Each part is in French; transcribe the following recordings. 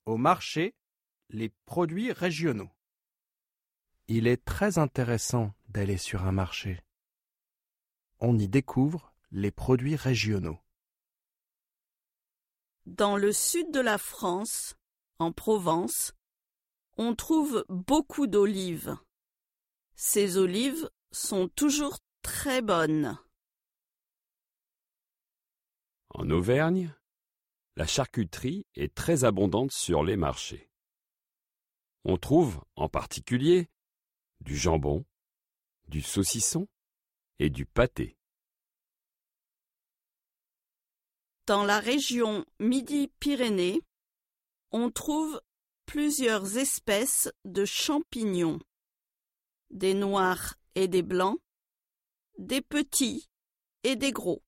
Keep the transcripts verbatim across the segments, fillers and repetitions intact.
au marché les produits régionaux. Il est très intéressant d'aller sur un marché. On y découvre les produits régionaux. Dans le sud de la France, en Provence, on trouve beaucoup d'olives. Ces olives sont toujours très bonnes. En Auvergne, la charcuterie est très abondante sur les marchés. On trouve en particulier du jambon, du saucisson et du pâté. Dans la région Midi-Pyrénées, on trouve plusieurs espèces de champignons, des noirs et des blancs, des petits et des gros.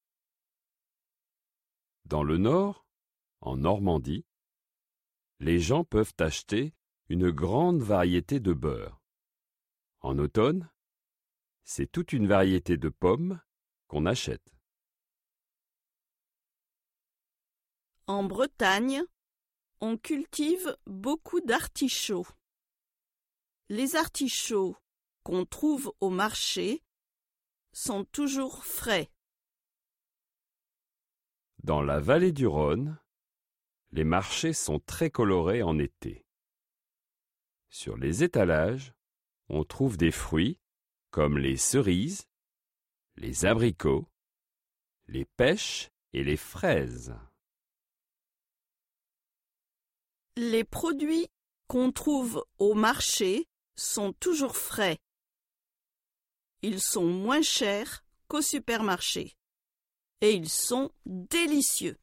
Dans le nord, en Normandie, les gens peuvent acheter une grande variété de beurre. En automne, c'est toute une variété de pommes qu'on achète. En Bretagne, on cultive beaucoup d'artichauts. Les artichauts qu'on trouve au marché sont toujours frais. Dans la vallée du Rhône, les marchés sont très colorés en été. Sur les étalages, on trouve des fruits comme les cerises, les abricots, les pêches et les fraises. Les produits qu'on trouve au marché sont toujours frais. Ils sont moins chers qu'au supermarché et ils sont délicieux.